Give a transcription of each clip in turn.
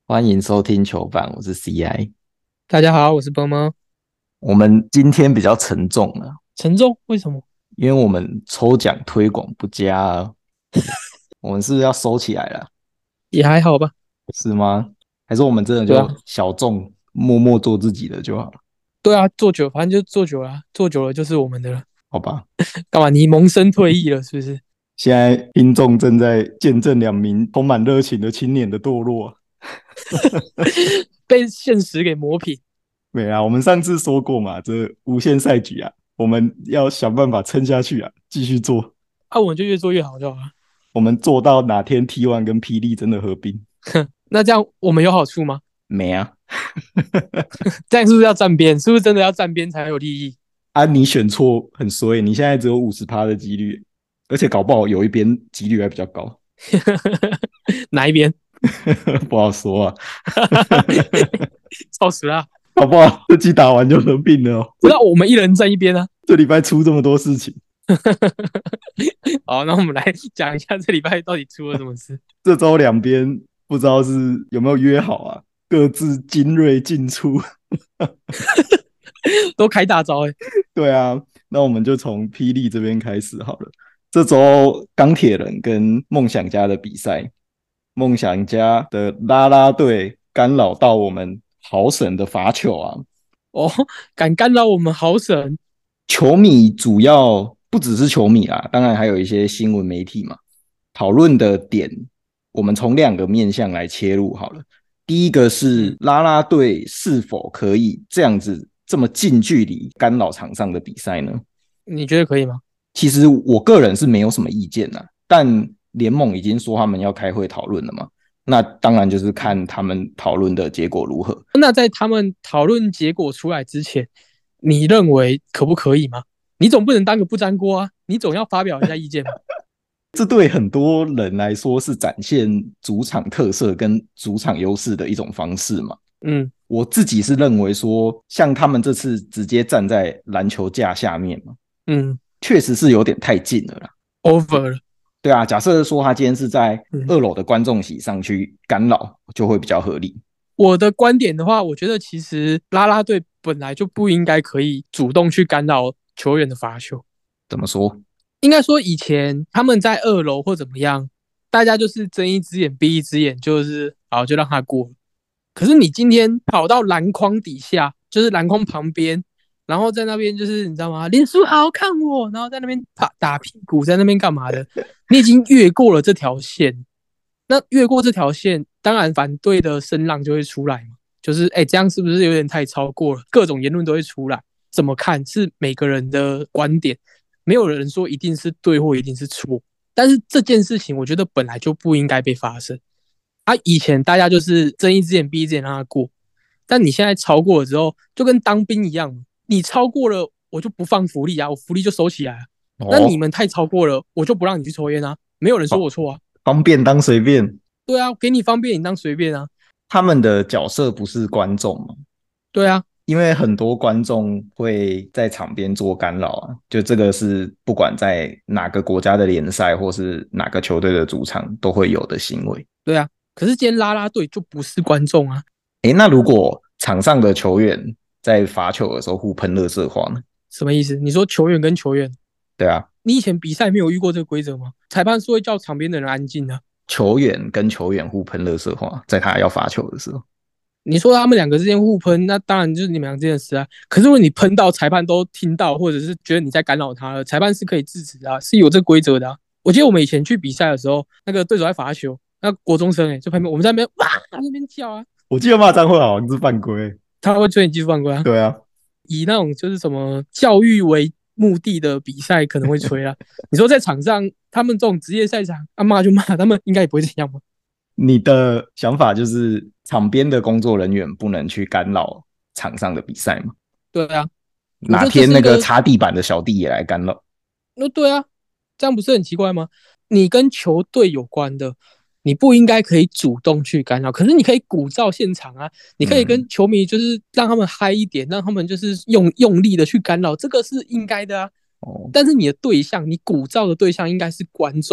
欢迎收听球板，我是 CI。 大家好，我是波猫。 我们今天比较沉重啊， 沉重？为什么？ 因为我们抽奖推广不佳啊，我们是不是要收起来了？ 也还好吧。 是吗？还是我们真的对啊， 就小众，默默做自己的就好了？ 对啊，做久，反正就做久了啊，做久了就是我们的了。 好吧， 干嘛？你萌生退役了是不是？ 现在听众正在见证两名充满热情的青年的堕落啊。 被现实给磨平没啊，我们上次说过嘛，这无限赛局啊，我们要想办法撑下去啊，继续做。 啊，我们就越做越好就好了。 我们做到哪天 T1 跟霹雳真的合并？ 那这样我们有好处吗？ 没啊。 这样是不是要站边？是不是真的要站边才有利益？ 啊，你选错很衰，你现在只有50%的几率，而且搞不好有一边几率还比较高。 哪一边？ 不好说啊。 操死了啊！ 搞不好这季打完就合并了哦。 不知道我们一人站一边啊。 这礼拜出这么多事情， 好，那我们来讲一下这礼拜到底出了什么事。 这周两边不知道是有没有约好啊，各自精锐进出。 都开大招哎、 对啊，那我们就从霹雳这边开始好了。这周钢铁人跟梦想家的比赛，梦想家的啦啦队干扰到我们豪神的罚球啊。 哦，敢干扰我们豪神。 球迷主要不只是球迷啦，当然还有一些新闻媒体嘛。讨论的点，我们从2个面向来切入好了。第一个是啦啦队是否可以这样子这么近距离干扰场上的比赛呢？ 你觉得可以吗？ 其实我个人是没有什么意见啦，但联盟已经说他们要开会讨论了嘛，那当然就是看他们讨论的结果如何。 那在他们讨论结果出来之前，你认为可不可以吗？你总不能当个不粘锅啊，你总要发表一下意见嘛。 这对很多人来说是展现主场特色跟主场优势的一种方式嘛。 嗯我自己是认为说，像他们这次直接站在篮球架下面嘛， 嗯确实是有点太近了啦。 ，over 了。 对啊，假设说他今天是在嗯， 2楼的观众席上去干扰，就会比较合理。 我的观点的话，我觉得其实啦啦队本来就不应该可以主动去干扰球员的罚球。 怎么说？ 应该说以前他们在2楼或怎么样，大家就是睁一只眼闭一只眼，就是好就让他过。可是你今天跑到篮筐底下，就是篮筐旁边，然后在那边就是你知道吗？林书豪看我，然后在那边打屁股，在那边干嘛的？你已经越过了这条线，那越过这条线，当然反对的声浪就会出来嘛。就是这样是不是有点太超过了？各种言论都会出来，怎么看是每个人的观点，没有人说一定是对或一定是错。但是这件事情，我觉得本来就不应该被发生。以前大家就是睁一只眼闭一只眼让他过，但你现在超过了之后，就跟当兵一样，你超过了我就不放福利啊，我福利就收起来啊。那你哦， 们太超过了，我就不让你去抽烟啊，没有人说我错啊。 方便当随便。 对啊，给你方便，你当随便啊。 他们的角色不是观众嘛？ 对啊， 因为很多观众会在场边做干扰啊，就这个是不管在哪个国家的联赛或是哪个球队的主场都会有的行为。 对啊。可是今天啦啦队就不是观众啊。 那如果场上的球员在罚球的时候互喷垃圾话呢？ 什么意思？你说球员跟球员， 对啊， 你以前比赛没有遇过这个规则吗？裁判是会叫场边的人安静的。 球员跟球员互喷垃圾话，在他要罚球的时候。 你说他们两个之间互喷，那当然就是你们俩之间的事啊。可是如果你喷到裁判都听到，或者是觉得你在干扰他了，裁判是可以制止啊，是有这规则的啊。我记得我们以前去比赛的时候，那个对手在罚球，那国中生就旁边我们在那边哇那边叫啊， 我记得骂脏话好像是犯规。 他会追你技术犯规啊。 对啊， 以那种就是什么教育为目的的比赛可能会吹啊。你说在场上，他们这种职业赛场，骂就骂，他们应该也不会怎样吗？ 你的想法就是场边的工作人员不能去干扰场上的比赛吗？ 对啊，我觉哪得这天那个是一个。 擦地板的小弟也来干扰？ 那对啊，这样不是很奇怪吗？你跟球队有关的，你不应该可以主动去干扰，可是你可以鼓噪现场啊，你可以嗯， 跟球迷就是让他们嗨一点，让他们就是用力的去干扰，这个是应该的啊。 哦， 但是你的对象，你鼓噪的对象应该是观众，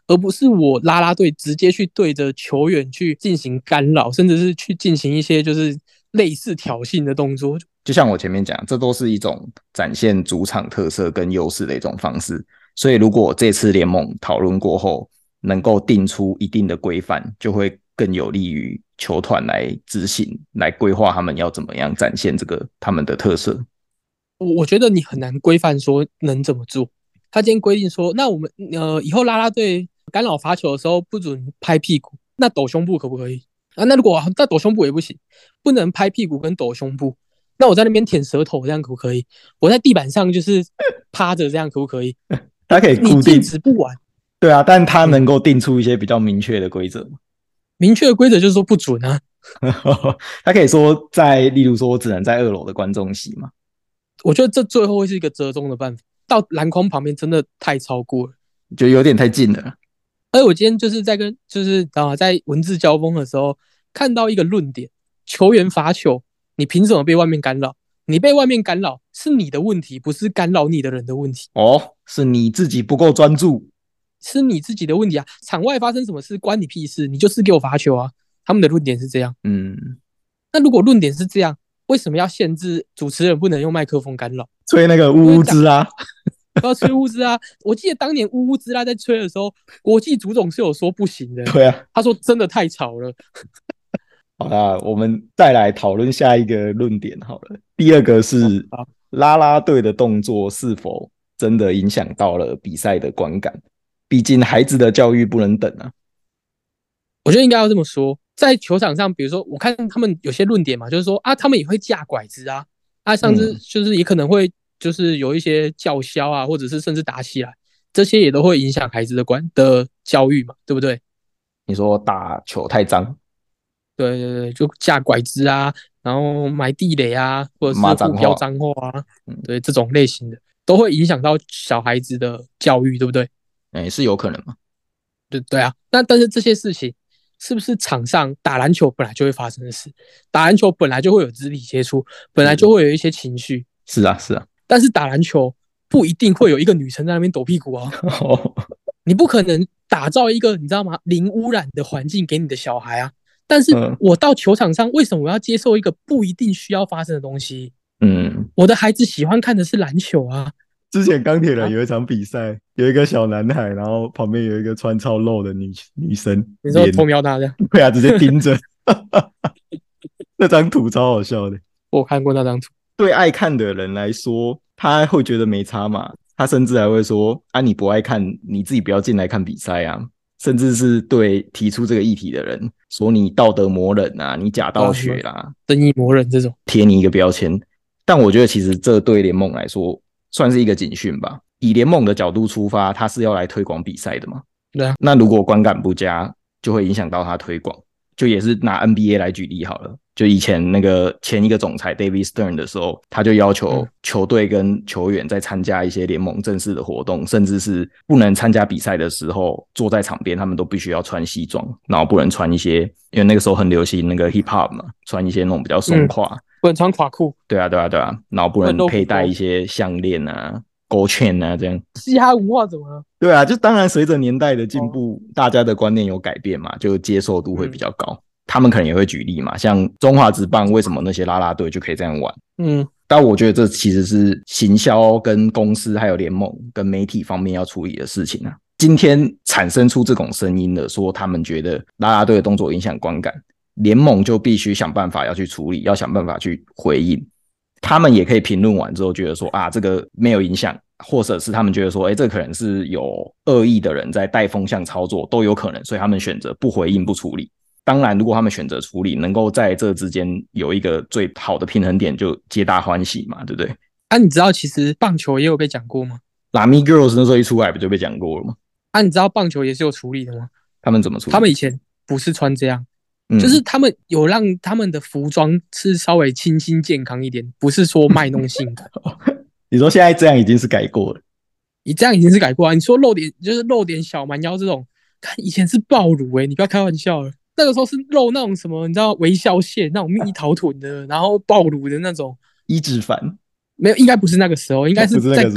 而不是我啦啦队直接去对着球员去进行干扰，甚至是去进行一些就是类似挑衅的动作。 就像我前面讲，这都是一种展现主场特色跟优势的一种方式。所以，如果这次联盟讨论过后，能够定出一定的规范，就会更有利于球团来执行、来规划他们要怎么样展现这个他们的特色。 我觉得你很难规范说能怎么做。他今天规定说，那我们以后啦啦队干扰罚球的时候不准拍屁股，那抖胸部可不可以？啊，那如果那抖胸部也不行，不能拍屁股跟抖胸部。那我在那边舔舌头，这样可不可以？我在地板上就是趴着，这样可不可以？ 它可以固定， 你禁止不玩， 对啊，但它能够定出一些比较明确的规则。 明确的规则就是说不准啊。 他可以说例如说我只能在2楼的观众席嘛。 我觉得这最后会是一个折中的办法。到篮筐旁边真的太超过了， 就有点太近了。 而且我今天就是在跟在文字交锋的时候看到一个论点：球员罚球，你凭什么被外面干扰？你被外面干扰是你的问题，不是干扰你的人的问题。 哦，是你自己不够专注， 是你自己的问题啊！场外发生什么事关你屁事？你就是给我罚球啊！他们的论点是这样。那如果论点是这样，为什么要限制主持人不能用麦克风干扰？ 吹那个呜呜滋啊， 不要吹乌兹啊！我记得当年乌兹拉在吹的时候，国际足总是有说不行的。 对啊， 他说真的太吵了。 好啦，我们再来讨论下一个论点好了。第二个是啦啦队的动作是否真的影响到了比赛的观感？毕竟孩子的教育不能等啊。 我觉得应该要这么说，在球场上，比如说我看他们有些论点嘛，就是说啊，他们也会架拐子啊，上次就是也可能会就是有一些叫嚣啊，或者是甚至打起来，这些也都会影响孩子的教育嘛，对不对？ 你说打球太脏， 对对对，就架拐子啊，然后埋地雷啊，或者是互飙脏话啊，对这种类型的，都会影响到小孩子的教育，对不对？ 是有可能嘛？ 对啊，但是这些事情是不是场上打篮球本来就会发生的事？打篮球本来就会有肢体接触，本来就会有一些情绪。 是啊，是啊。 但是打篮球不一定会有一个女生在那边抖屁股啊。你不可能打造一个你知道吗？零污染的环境给你的小孩啊。但是我到球场上，为什么我要接受一个不一定需要发生的东西？我的孩子喜欢看的是篮球啊。 之前钢铁人有一场比赛，有一个小男孩，然后旁边有一个穿超露的女生， 你说偷瞄他这样？ 对啊，直接盯着。那张图超好笑的。 我看过那张图。 对爱看的人来说，他会觉得没差嘛？他甚至还会说：“啊，你不爱看，你自己不要进来看比赛啊！”甚至是对提出这个议题的人说：“你道德魔人啊，你假道学啦， 正义魔人这种， 贴你一个标签。”但我觉得其实这对联盟来说算是一个警讯吧。以联盟的角度出发，他是要来推广比赛的嘛？ 对啊。 那如果观感不佳，就会影响到他推广。就也是拿 NBA 来举例好了，就以前那个前一个总裁 David Stern 的时候，他就要求球队跟球员在参加一些联盟正式的活动，甚至是不能参加比赛的时候，坐在场边他们都必须要穿西装，然后不能穿一些，因为那个时候很流行那个 hip hop 嘛，穿一些那种比较松垮， 不能穿垮裤， 对啊，然后不能佩戴一些项链啊、勾圈啊这样。 嘻哈文化怎么了？ 对啊，就当然随着年代的进步，大家的观念有改变嘛，就接受度会比较高。他们可能也会举例嘛，像中华职棒为什么那些啦啦队就可以这样玩？但我觉得这其实是行销跟公司还有联盟跟媒体方面要处理的事情啊。今天产生出这种声音的，说他们觉得啦啦队的动作影响观感，联盟就必须想办法要去处理，要想办法去回应。他们也可以评论完之后觉得说啊，这个没有影响，或者是他们觉得说，这可能是有恶意的人在带风向操作，都有可能，所以他们选择不回应不处理。当然，如果他们选择处理，能够在这之间有一个最好的平衡点，就皆大欢喜嘛，对不对？ 你知道其实棒球也有被讲过吗？ Lamy Girls 那时候一出来不就被讲过了吗？ 你知道棒球也是有处理的吗？ 他们怎么处理？ 他们以前不是穿这样，就是他们有让他们的服装是稍微清新健康一点，不是说卖弄性感。 你说现在这样已经是改过了？ 你这样已经是改过了。你说露点小蛮腰这种，看以前是暴乳你不要开玩笑了。那个时候是露那种什么，你知道微笑线那种蜜桃臀的，然后暴乳的那种。 一指凡没有，应该不是那个时候，应该是在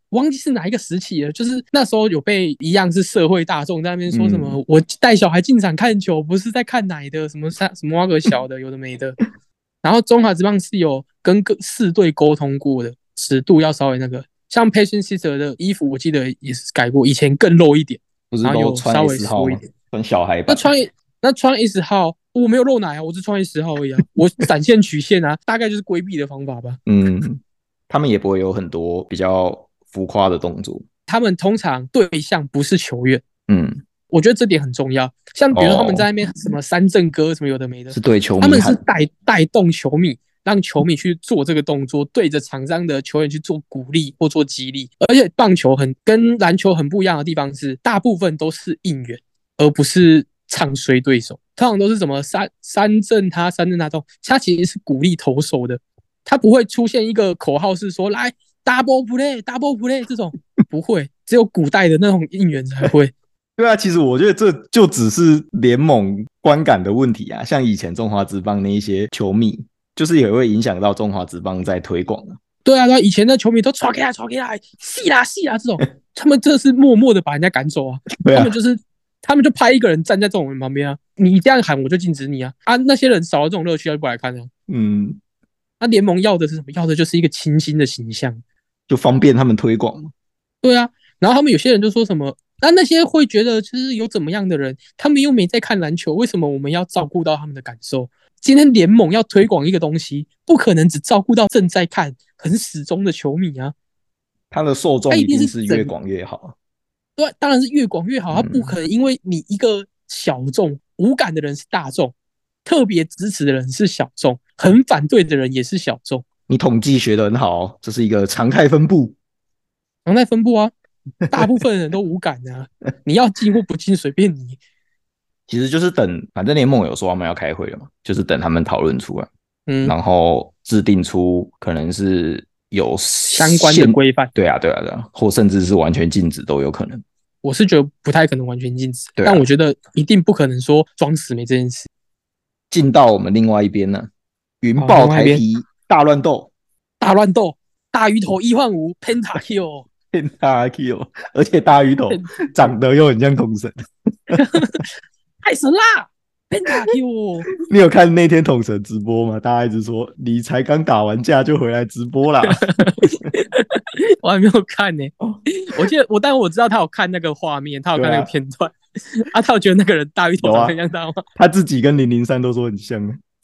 忘记是哪一个时期了，就是那时候有被一样是社会大众在那边说什么，我带小孩进场看球，不是在看奶的，什么挖个小的，有的没的。然后中华职棒是有跟各4队沟通过的，尺度要稍微那个，像 Passion Sister 的衣服，我记得也是改过，以前更露一点， 不是然后有都穿稍微 S 号吗？ 缩一点。 穿小孩版。 那穿 S 号，我没有露奶啊，我只穿 S 号而已啊，我展现曲线啊，大概就是规避的方法吧。 他们也不会有很多比较浮夸的动作。 他们通常对象不是球员，我觉得这点很重要。像比如说他们在那边什么三振歌什么有的没的， 是对球迷， 他们是带动球迷，让球迷去做这个动作，对着场上的球员去做鼓励或做激励。而且棒球跟篮球很不一样的地方是，大部分都是应援，而不是唱衰对手。通常都是什么三振他动，他其实是鼓励投手的，他不会出现一个口号是说来 double play 这种，不会，只有古代的那种应援才会。 对啊，其实我觉得这就只是联盟观感的问题啊。像以前中华职棒那一些球迷，就是也会影响到中华职棒在推广啊。 对啊，以前的球迷都传给来，戏啦这种，他们这是默默的把人家赶走啊。他们就派一个人站在这种人旁边啊，你这样喊我就禁止你啊。那些人少了这种乐趣，就不来看啊。那联盟要的是什么？要的就是一个清新的形象， 就方便他们推广嘛。 对啊，然后他们有些人就说什么，那些会觉得就是有怎么样的人，他们又没在看篮球，为什么我们要照顾到他们的感受？今天联盟要推广一个东西，不可能只照顾到正在看、很死忠的球迷啊。 他的受众一定是越广越好。 对，当然是越广越好。他不可能因为你一个小众无感的人是大众，特别支持的人是小众，很反对的人也是小众。 你统计学得很好，这是一个常态分布。 常态分布啊，大部分人都无感啊，你要进或不进随便你。 其实就是等，反正联盟有说他们要开会了嘛，就是等他们讨论出来，然后制定出可能是有相关的规范。 对啊，或甚至是完全禁止都有可能。 我是觉得不太可能完全禁止，但我觉得一定不可能说装死没这件事。 进到我们另外一边呢，云豹台啤大乱斗， 大鱼头1换5 Pentakill， 而且大鱼头长得又很像统神， 太神啦！ Pentakill， 你有看那天统神直播吗？大家一直说你才刚打完架就回来直播啦。 我还没有看呢、我记得但我知道他有看那个画面，他有看那个片段啊，他有觉得那个人大鱼头长得很像他吗？ 他自己跟003都说很像。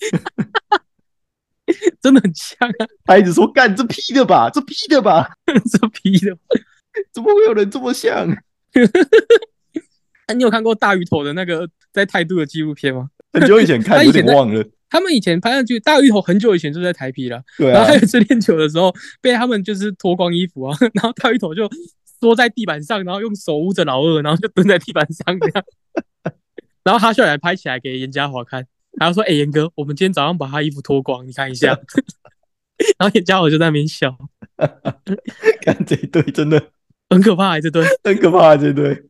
真的很像啊！ 他一直说干这 P 的吧， 这 P 的， 怎么会有人这么像？ 你有看过大鱼头的那个在态度的纪录片吗？ 很久以前看，有点忘了。 他们以前拍上去，大鱼头很久以前就在台啤了。 对啊。 然后他有一次练球的时候，被他们就是脱光衣服啊，然后大鱼头就缩在地板上，然后用手捂着老二，然后就蹲在地板上这样。然后哈秀来拍起来给严家华看，然后说：“严哥，我们今天早上把他衣服脱光，你看一下。”然后严家华就在那边笑。 看这一对真的很可怕，这对很可怕，这对。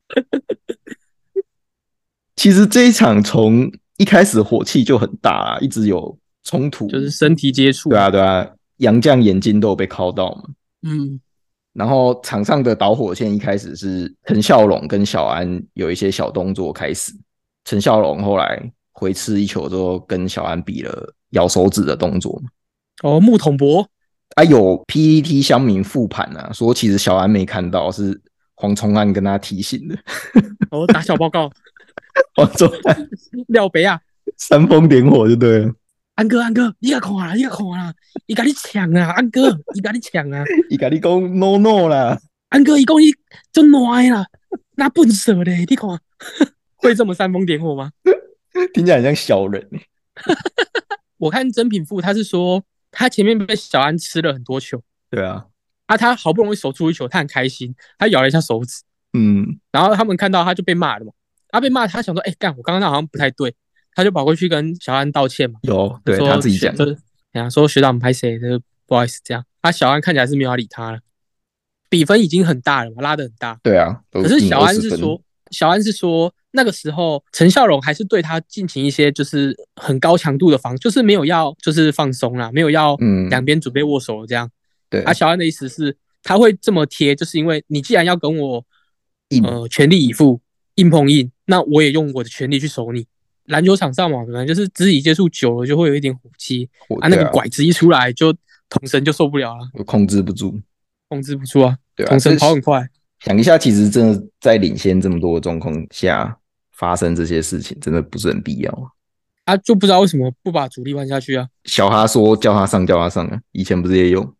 其实这一场从一开始火气就很大，一直有冲突， 就是身体接触。 对啊，洋将眼睛都有被敲到嘛。然后场上的导火线一开始是陈孝龙跟小安有一些小动作开始，陈孝龙后来回吃一球之后跟小安比了咬手指的动作。 木桶博有 PTT 乡民复盘啊，说其实小安没看到，是黄崇安跟他提醒的。 打小报告。 黄崇安廖北啊， 煽风点火就对了。 安哥，你甲看啦，伊甲你抢啊，安哥，伊甲你抢啊， 伊甲你讲 no 啦， 安哥伊讲伊真赖啦，那笨蛇嘞，你看会这么煽风点火吗？ 听起来很像小人。 我看曾品富他是说，他前面被小安吃了很多球， 对啊， 他好不容易守住一球，他很开心，他咬了一下手指，然后他们看到他就被骂了嘛，他被骂，他想说，干，我刚刚那好像不太对。他就跑过去跟小安道歉嘛， 对他自己讲的， 说学长拍谁，不好意思这样。小安看起来是没有要理他了，比分已经很大了嘛，拉得很大。 对啊， 可是小安是说那个时候陈孝荣还是对他进行一些就是很高强度的就是没有要就是放松啦，没有要两边准备握手这样。 对， 小安的意思是他会这么贴，就是因为你既然要跟我全力以赴硬碰硬，那我也用我的全力去守你。篮球场上嘛，可能就是肢体接触久了就会有一点火气啊，那个拐子一出来就统神就受不了了， 控制不住， 啊， 对啊， 统神跑很快。 想一下，其实真的在领先这么多的状况下发生这些事情，真的不是很必要啊，就不知道为什么不把主力换下去啊？ 小哈说叫他上啊，以前不是也有？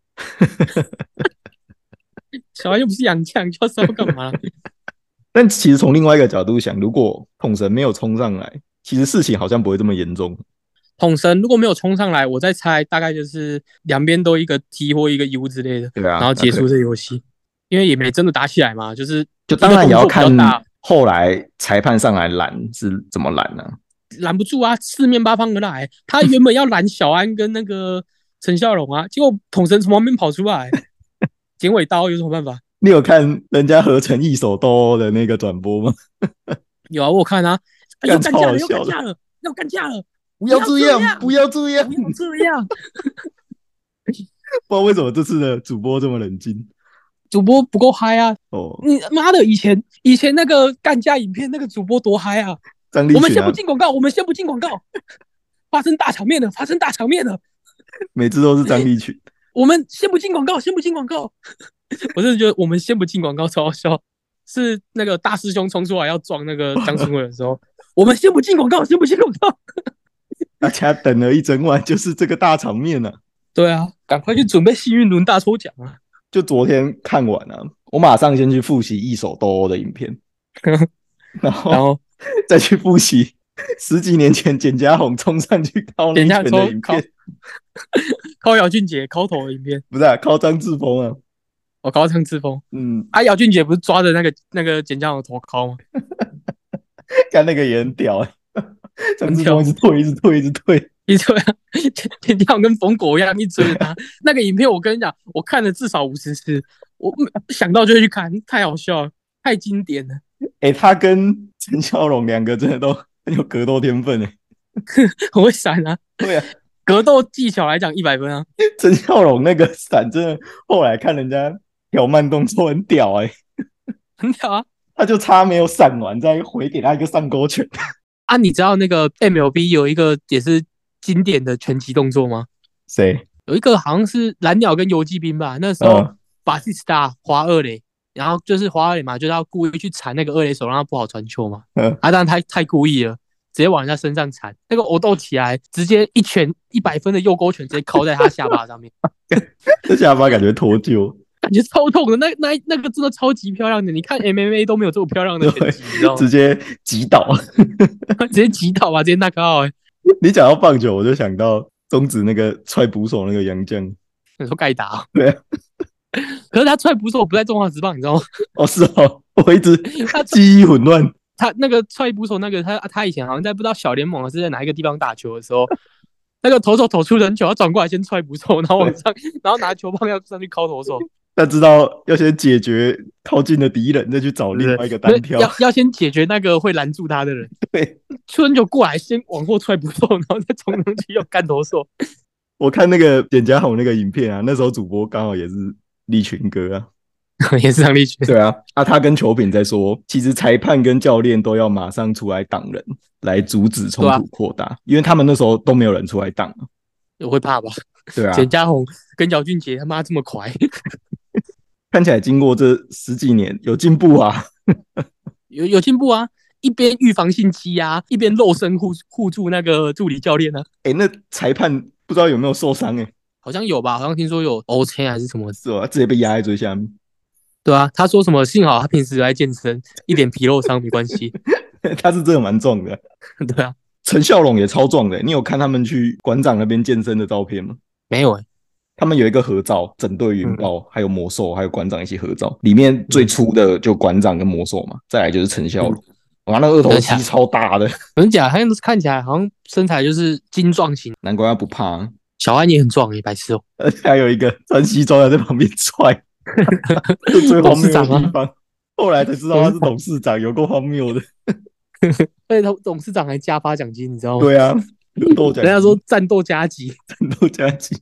小哈又不是洋将，叫上要干嘛？ 但其实从另外一个角度想，如果统神没有冲上来，其实事情好像不会这么严重。 统神如果没有冲上来，我再猜大概就是两边都一个 T 或一个 U 之类的， 对啊， 然后结束这游戏。因为也没真的打起来嘛，就当然也要看后来裁判上来拦是怎么拦呢？ 拦不住啊，四面八方而来。他原本要拦小安跟那个陈孝荣啊，结果统神从旁边跑出来，剪尾刀有什么办法？ 你有看人家合成一手刀的那个转播吗？ 有啊，我有看啊，要干架了，要干架了， 不要这样，不要这样， 不知道为什么这次的主播这么冷静。 主播不够嗨啊！哦，你妈的，以前那个干架影片那个主播多嗨啊！我们先不进广告，发生大场面了， 每次都是张立群。 我们先不进广告，我真的觉得我们先不进广告超好笑。是那个大师兄冲出来要撞那个江春伟的时候，我们先不进广告。 大家等了一整晚，就是这个大场面啊！ 对啊，赶快去准备幸运轮大抽奖啊！ 就昨天看完啊，我马上先去复习一手斗殴的影片，然后再去复习10几年前简家宏冲上去敲那一拳的影片， 敲姚俊杰敲头的影片， 不是啊，敲张志峰啊， 我敲张志峰，姚俊杰不是抓着那个简家宏的头敲吗？ 看那个也很屌张志峰一直退。 简家宏跟疯狗一样一追着他。那个影片我跟你讲，我看了至少50次，我想到就会去看，太好笑了，太经典了。 他跟陈孝荣两个真的都很有格斗天分很会闪啊。 对啊， 格斗技巧来讲100分啊。 陈孝荣那个闪真的，后来看人家挑慢动作很屌很屌啊。 他就差没有闪完再回给他一个上勾拳啊！你知道那个 MLB 有一个也是经典的拳击动作吗？ 谁？ 有一个好像是蓝鸟跟游击兵吧，那时候巴蒂斯塔滑二垒，然后就是滑二垒嘛，就是要故意去缠那个二垒手，让他不好传球嘛。当然他太故意了，直接往人家身上缠，那个殴斗起来，直接一拳100分的右勾拳直接敲在他下巴上面， 这下巴感觉脱臼。 感觉超痛的，那个真的超级漂亮的，你看 MMA 都没有这么漂亮的拳击，你知道吗？ 直接击倒， 直接击倒吧，直接knock out。 你讲到棒球，我就想到中职那个踹捕手那个洋将， 你说盖达？ 对啊， 可是他踹捕手不在中华职棒，你知道吗？ 哦，是哦，我一直记忆混乱。 他那个踹捕手那个他以前好像在不知道小联盟还是在哪一个地方打球的时候。那个投手投出人球，要转过来先踹捕手，然后往上，然后拿球棒要上去敲投手。 他知道要先解决靠近的敌人，再去找另外一个单挑。 要先解决那个会拦住他的人。 对， 出人球过来，先往后踹捕手，然后再冲上去要干投手。 我看那个简家宏那个影片啊，那时候主播刚好也是立群哥啊。 也是张立群。 对啊，他跟球评在说，其实裁判跟教练都要马上出来挡人，来阻止冲突扩大，因为他们那时候都没有人出来挡。 我会怕吧？ 对啊， 简家宏跟姚俊杰他妈这么快， 看起来经过这10几年有进步啊， 有进步啊！一边预防性击压，一边肉身护住那个助理教练啊。 那裁判不知道有没有受伤好像有吧？好像听说有 OK 还是什么， 是吧？直接被压在最下面。 对啊，他说什么？幸好他平时来健身，一点皮肉伤没关系。 他是真的蛮壮的。 对啊， 陈孝荣也超壮的。你有看他们去馆长那边健身的照片吗？ 没有他们有一个合照，整队云豹、还有魔兽还有馆长一起合照，里面最粗的就馆长跟魔兽嘛，再来就是陈孝荣。哇，那个二头肌超大的。 真假？他看起来好像身材就是精壮型， 难怪他不怕。 小安也很壮白痴哦。 而且还有一个穿西装在旁边踹。最荒谬的地方，后来才知道他是董事长，有够荒谬的。 而且他董事长还加发奖金，你知道吗？ 对啊， 人家说战斗加级， 战斗加级。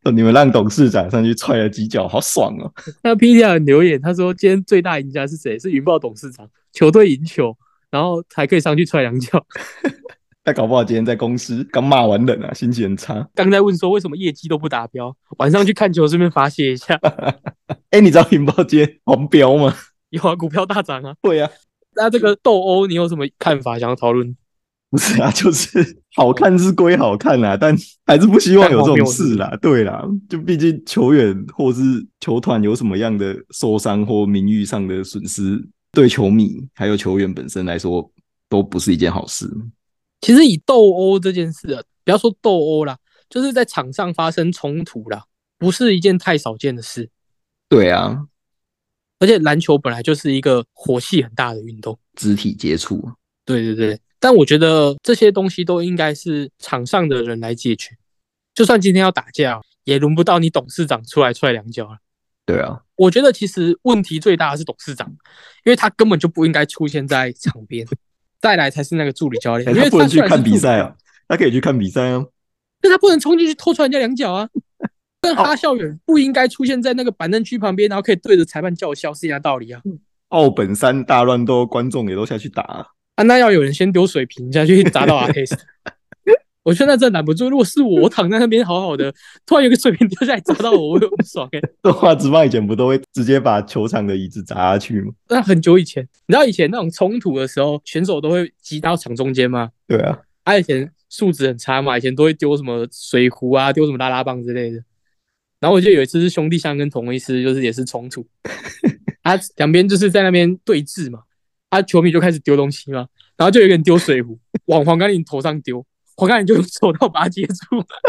你们让董事长上去踹了几脚，好爽哦！ 那 PTR 留言他说，今天最大赢家是谁？是云豹董事长，球队赢球，然后还可以上去踹2脚。 他搞不好今天在公司刚骂完人啊，心情很差。 刚在问说为什么业绩都不达标，晚上去看球顺便发泄一下。 你知道云豹今天黄标吗？ 有啊，股票大涨啊。 对啊。 那这个斗殴你有什么看法想要讨论？ 不是啊，就是好看是归好看啦，但还是不希望有这种事啦。对啦，就毕竟球员或是球团有什么样的受伤或名誉上的损失，对球迷还有球员本身来说，都不是一件好事。 其实以斗殴这件事啊，不要说斗殴啦，就是在场上发生冲突啦，不是一件太少见的事。 对啊， 而且篮球本来就是一个火气很大的运动， 肢体接触。 对对对，但我觉得这些东西都应该是场上的人来解决。就算今天要打架，也轮不到你董事长出来踹2脚了。 对啊， 我觉得其实问题最大的是董事长，因为他根本就不应该出现在场边。再来才是那个助理教练，因为他不能去看比赛啊，他可以去看比赛啊， 但他不能冲进去偷踹人家2脚啊。跟哈孝远不应该出现在那个板凳区旁边，然后可以对着裁判叫嚣，是一样道理啊。 奥本山大乱斗，观众也都下去打啊，那要有人先丢水瓶下去砸到阿黑斯。我觉得那真的拦不住。如果是我躺在那边好好的，突然有个水瓶丢下来砸到我，我会很爽动画职棒以前不都会直接把球场的椅子砸下去吗？ 那很久以前，你知道以前那种冲突的时候，选手都会挤到场中间吗？ 对啊， 以前素质很差嘛，以前都会丢什么水壶啊，丢什么拉拉棒之类的。然后我记得有一次是兄弟象跟同一师，就是也是冲突，两边就是在那边对峙嘛，球迷就开始丢东西嘛，然后就有一个人丢水壶往黄甘霖头上丢。黄甘霖就用手套把他接住，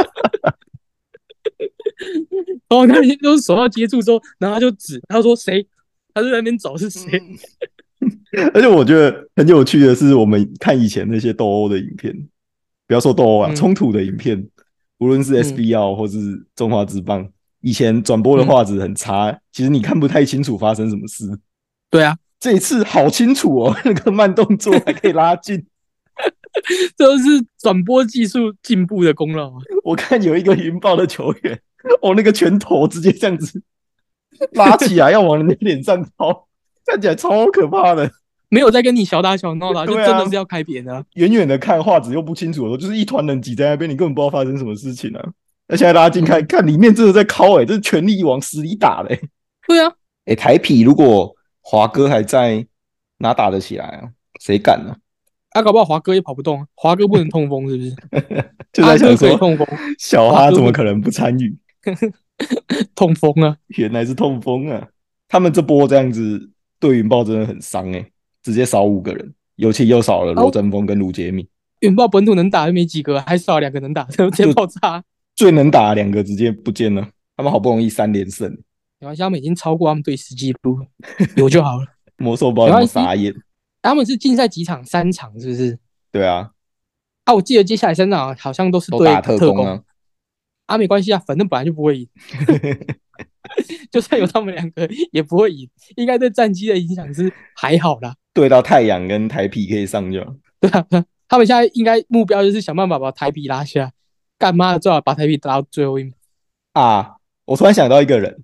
然后他就是手套接住之后，然后他就指，他说谁？他就在那边找是谁。 而且我觉得很有趣的是，我们看以前那些斗殴的影片，不要说斗殴啊，冲突的影片，无论是 SBL 或是中华职棒，以前转播的画质很差，其实你看不太清楚发生什么事。 对啊， 这一次好清楚哦，那个慢动作还可以拉近。 这都是转播技术进步的功劳啊！ 我看有一个云豹的球员，那个拳头直接这样子拉起来，要往人家脸上抛，看起来超可怕的。 没有在跟你小打小闹的，就真的是要开扁的。 远远的看画质又不清楚的时候，就是一团人挤在那边，你根本不知道发生什么事情啊！那现在拉近看，看里面真的在敲这是全力往死里打的。 对啊， 台啤如果华哥还在，哪打得起来啊？谁敢呢？ 搞不好华哥也跑不动，华哥不能痛风是不是？ 就在想说， 痛风， 小哈怎么可能不参与？ 痛风啊， 原来是痛风啊！他们这波这样子对云豹真的很伤直接少5个人，尤其又少了罗振峰跟卢杰敏。 云豹本土能打就没几个，还少2个能打，直接爆炸。 最能打的2个直接不见了，他们好不容易3连胜， 没关系，他们已经超过他们队史纪录了，有就好了。 魔兽包有没有傻眼？ 他们是竞赛几场？3场是不是？ 对啊。 我记得接下来3场好像都是对特工啊。没关系啊，反正本来就不会赢，就算有他们2个也不会赢，应该对战绩的影响是还好啦。 对到太阳跟台啤可以上就好。 对啊，他们现在应该目标就是想办法把台啤拉下，干嘛最好把台啤拉到最后一名啊！我突然想到一个人，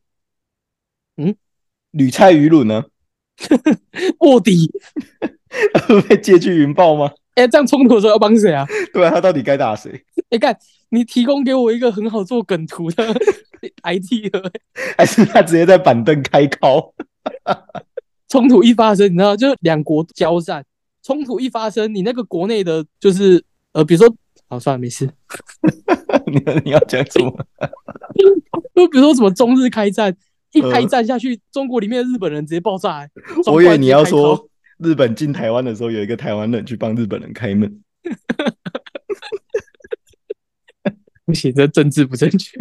吕蔡余伦呢？ 卧底会被借去云豹吗？ 这样冲突的时候要帮谁啊？ 对啊，他到底该打谁？ 干，你提供给我一个很好做梗图的 IT 了， 还是他直接在板凳开敲？ 冲突一发生，你知道，就2国交战，冲突一发生，你那个国内的，就是比如说，好，算了，没事。 你要讲什么？ 就比如说什么中日开战，一开战下去，中国里面的日本人直接爆炸。 我以为你要说日本进台湾的时候，有一个台湾人去帮日本人开门。 不行，这政治不正确。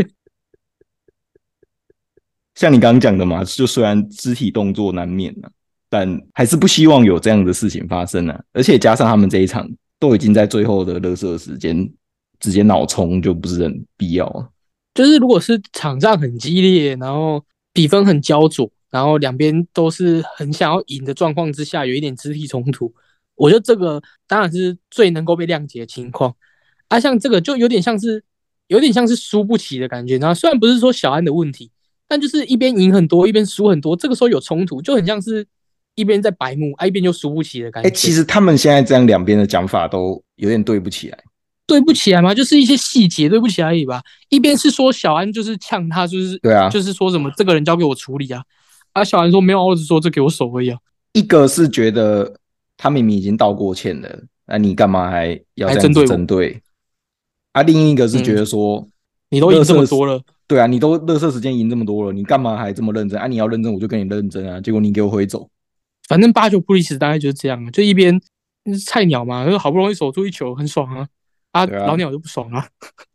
像你刚刚讲的嘛，就虽然肢体动作难免但还是不希望有这样的事情发生而且加上他们这一场都已经在最后的垃圾时间直接脑冲，就不是很必要就是如果是场上很激烈，然后比分很焦灼，然后两边都是很想要赢的状况之下，有一点肢体冲突，我觉得这个当然是最能够被谅解的情况。像这个就有点像是有点像是输不起的感觉。然后虽然不是说小安的问题，但就是一边赢很多，一边输很多，这个时候有冲突，就很像是一边在白目，一边就输不起的感觉。 其实他们现在这样两边的讲法都有点对不起来。 对不起来嘛，就是一些细节对不起来而已吧。一边是说小安就是呛他， 对啊， 就是说什么这个人交给我处理啊，小安说没有，我只说这给我守而已啊。 一个是觉得他明明已经道过歉了，那你干嘛还要这样子针对？另一个是觉得说， 你都赢这么多了， 对啊，你都垃圾时间赢这么多了，你干嘛还这么认真？你要认真我就跟你认真啊，结果你给我挥走。 反正8-9不离十大概就是这样，就一边菜鸟嘛，好不容易守住一球，很爽啊，老鸟就不爽啊。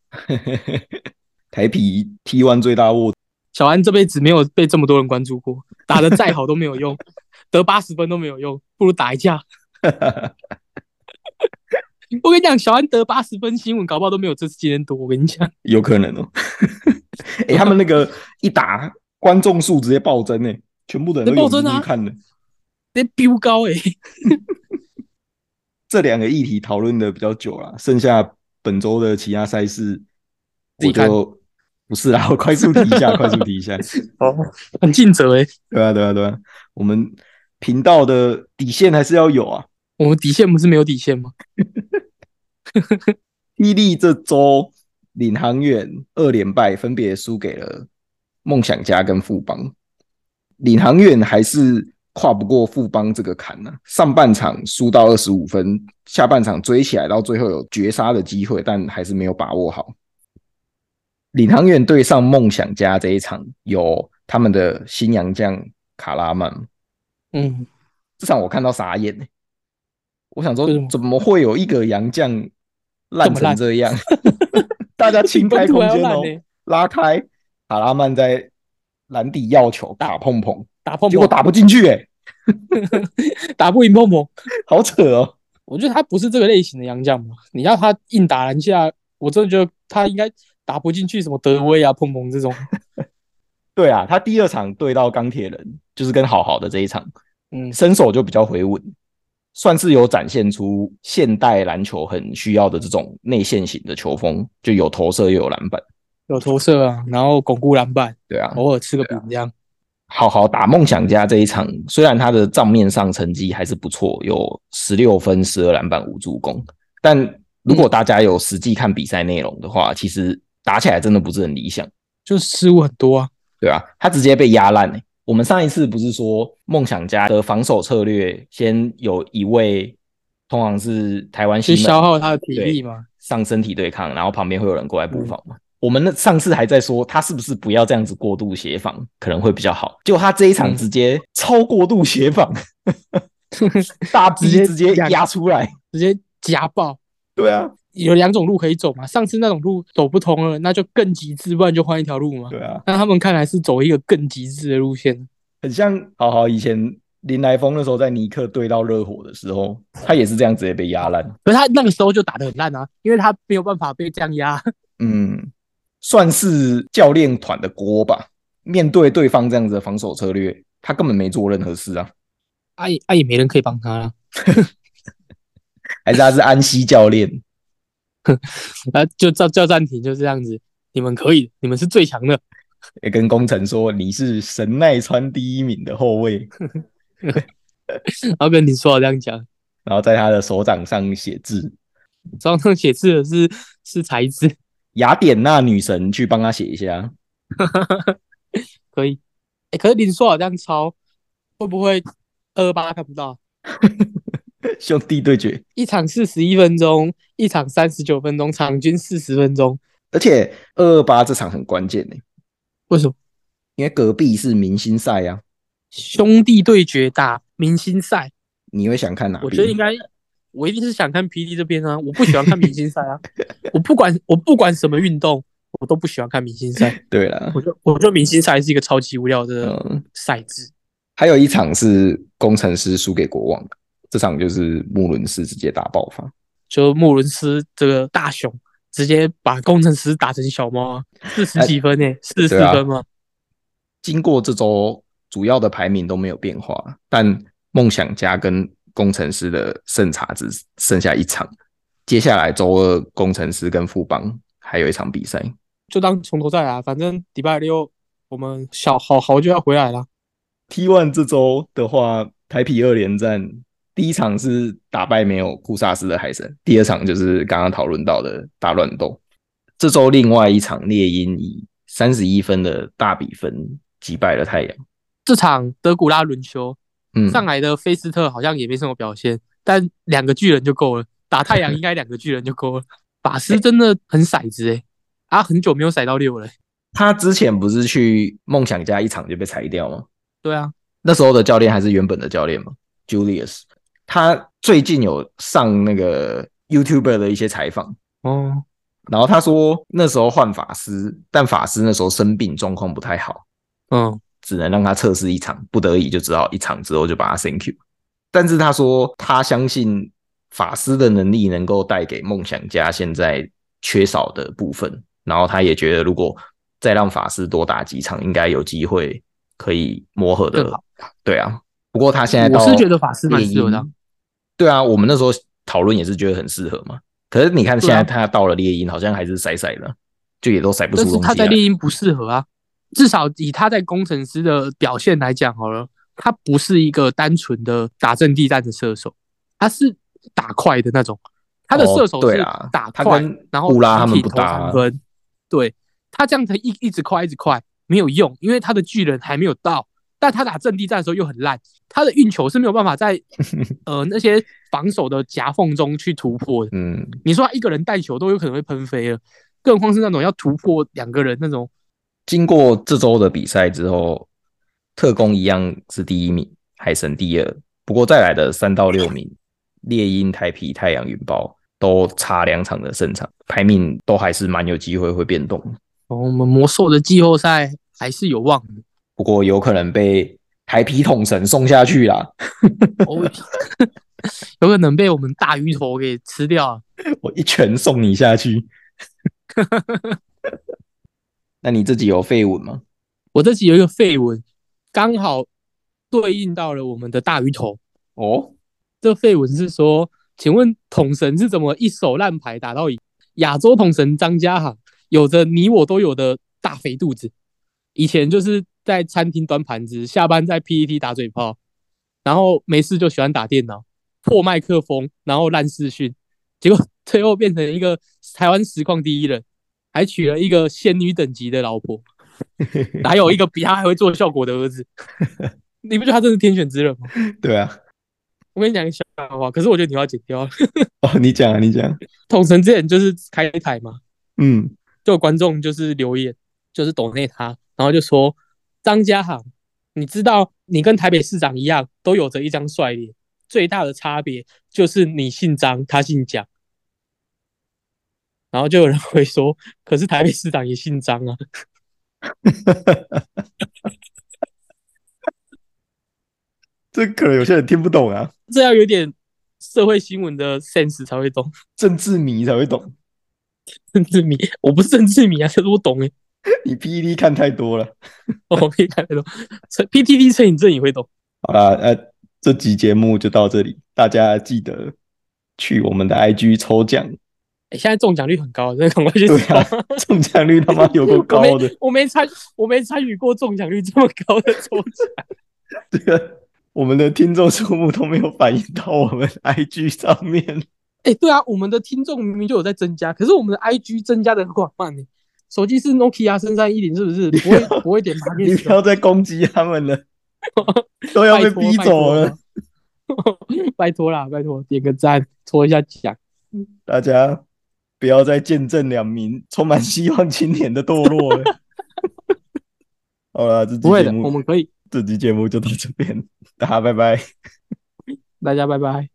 台啤 T1 最大握， 小安这辈子没有被这么多人关注过，打得再好都没有用，得80分都没有用，不如打一架。我跟你讲，小安得80分新闻搞不好都没有这次今天多。我跟你讲， 有可能哦。他们那个一打观众数直接暴增呢，全部的人都涌进去看了， 直接飙高这两个议题讨论的比较久了，剩下本周的其他赛事，我就不是啦，我快速提一下， 哦，很尽责对啊，我们频道的底线还是要有啊。 我们底线不是没有底线吗？ 霹雳这周领航员2连败，分别输给了梦想家跟富邦。领航员还是跨不过富邦这个坎呢、上半场输到25分，下半场追起来到最后有绝杀的机会，但还是没有把握好。领航员对上梦想家这一场有他们的新洋将卡拉曼，这场我看到傻眼我想说怎么会有一个洋将烂成这样？大家清开空间拉开卡拉曼在篮底要球打碰碰，结果打不进去打不赢碰碰， 好扯哦！ 我觉得他不是这个类型的洋将嘛，你要他硬打篮下，我真的觉得他应该打不进去什么德威啊、碰碰这种。 对啊，他第2场对到钢铁人，就是跟好的这一场，身手就比较回稳，算是有展现出现代篮球很需要的这种内线型的球风，就有投射又有篮板， 有投射啊，然后巩固篮板， 对啊， 偶尔吃个饼这样。 好打梦想家这一场，虽然他的账面上成绩还是不错，有16分、12篮板、5助攻，但如果大家有实际看比赛内容的话，其实打起来真的不是很理想， 就失误很多啊。 对啊，他直接被压烂我们上一次不是说梦想家的防守策略，先有一位通常是台湾西门去消耗他的体力嘛， 上身体对抗，然后旁边会有人过来补防嘛。我们上次还在说他是不是不要这样子过度协防可能会比较好，结果他这一场直接超过度协防，大 B 直接压出来， 直接夹爆。 对啊， 有2种路可以走嘛，上次那种路走不通了，那就更极致，不然就换一条路嘛。 对啊， 那他们看来是走一个更极致的路线， 很像好以前林来疯那时候在尼克对到热火的时候，他也是这样直接被压烂。 可是他那个时候就打得很烂啊，因为他没有办法被这样压。 算是教练团的锅吧。面对对方这样子的防守策略，他根本没做任何事啊。 也没人可以帮他啦。 还是他是安西教练？ 就叫暂停，就这样子。你们可以，你们是最强的。 也跟工程说你是神奈川第1名的后卫， 然后跟你说这样讲， 然后在他的手掌上写字， 手掌上写字的是才子。 雅典娜女神去帮他写一下， 可以。可是林书豪这样抄，会不会228看不到？ 兄弟对决， 一场41分钟，一场39分钟，场均40分钟。 而且228这场很关键为什么？ 因为隔壁是明星赛啊， 兄弟对决打明星赛， 你会想看哪边？ 我觉得应该，我一定是想看 PD 这边啊，我不喜欢看明星赛啊。我不管什么运动，我都不喜欢看明星赛。 对啦， 我觉得明星赛是一个超级无聊的赛制。 还有一场是工程师输给国王，这场就是穆伦斯直接大爆发， 就穆伦斯这个大熊直接把工程师打成小猫啊，40几分44分吗？ 经过这周主要的排名都没有变化，但梦想家跟工程师的胜差只剩下1场。接下来周2工程师跟富邦还有一场比赛。 就当从头再来啊，反正礼拜六我们好就要回来了。 T1 这周的话，台啤2连战，第一场是打败没有库萨斯的海神，第二场就是刚刚讨论到的大乱斗。这周另外一场猎鹰以31分的大比分击败了太阳。 这场德古拉轮休，上来的菲斯特好像也没什么表现，但2个巨人就够了，打太阳应该2个巨人就够了。法师真的很骰子他很久没有骰到6了。 他之前不是去梦想家一场就被裁掉吗？ 对啊， 那时候的教练还是原本的教练嘛 ，Julius。他最近有上那个 YouTuber 的一些采访然后他说那时候换法师，但法师那时候生病，状况不太好，只能让他测试一场，不得已就只好一场之后就把他 thank you。但是他说他相信法师的能力能够带给梦想家现在缺少的部分，然后他也觉得如果再让法师多打几场，应该有机会可以磨合的。对啊，不过他现在到我是觉得法师蛮适合的。 对啊，我们那时候讨论也是觉得很适合嘛。可是你看现在他到了猎鹰，好像还是塞的，就也都塞不出东西来。 但是他在猎鹰不适合啊，至少以他在工程师的表现来讲好了，他不是一个单纯的打阵地战的射手，他是打快的那种。他的射手是打快，然后布拉他们不打3分。对，他这样子一直快没有用，因为他的巨人还没有到。但他打阵地战的时候又很烂，他的运球是没有办法在那些防守的夹缝中去突破的。你说他一个人带球都有可能会喷飞了，更何况是那种要突破2个人那种。 经过这周的比赛之后，特工一样是第1名，海神第2，不过再来的3到6名，猎鹰、台啤、太阳、云豹都差2场的胜场，排名都还是蛮有机会会变动。 我们魔兽的季后赛还是有望的。 不过有可能被台啤统神送下去啦有可能被我们大鱼头给吃掉了。 我一拳送你下去那你自己有废文吗？ 我这集有一个废文，刚好对应到了我们的大鱼头。这废文是说，请问统神是怎么一手烂牌打到赢？亚洲统神张家航有着你我都有的大肥肚子，以前就是在餐厅端盘子，下班在 PTT 打嘴炮，然后没事就喜欢打电脑，破麦克风，然后烂视讯，结果最后变成一个台湾实况第1人，还娶了一个仙女等级的老婆，还有一个比他还会做效果的儿子。你不觉得他真是天选之人吗？ 对啊， 我跟你讲一个笑话，可是我觉得你要剪掉你讲啊，你讲。 统神之前就是开台嘛，就有观众就是留言，就是抖内他，然后就说张家航，你知道你跟台北市长一样，都有着一张帅脸，最大的差别就是你姓张，他姓蒋。然后就有人会说，可是台北市长也姓张啊。 这可能有些人听不懂啊， 这要有点社会新闻的 sense 才会懂， 政治迷才会懂。 政治迷，我不是政治迷啊，可是我懂你 PTT 看太多了。 我可以看得懂，PTT 成瘾症也会懂。 好啦，这集节目就到这里，大家记得去我们的 IG 抽奖。 现在中奖率很高，真的赶快去抽。 对啊，中奖率他妈有够高的。 我没参与过中奖率这么高的抽奖。 这个我们的听众数目都没有反映到我们 IG 上面。 对啊，我们的听众明明就有在增加，可是我们的 IG 增加的很缓慢手机是 Nokia 3310，是不是？不会点8 你不要再攻击他们了，都要被逼走了。 拜托啦，拜托点个赞，戳一下奖。 大家不要再见证2名充满希望青年的堕落了。好了， 不会的，我们可以。 这集节目就到这边，大家拜拜。 大家拜拜。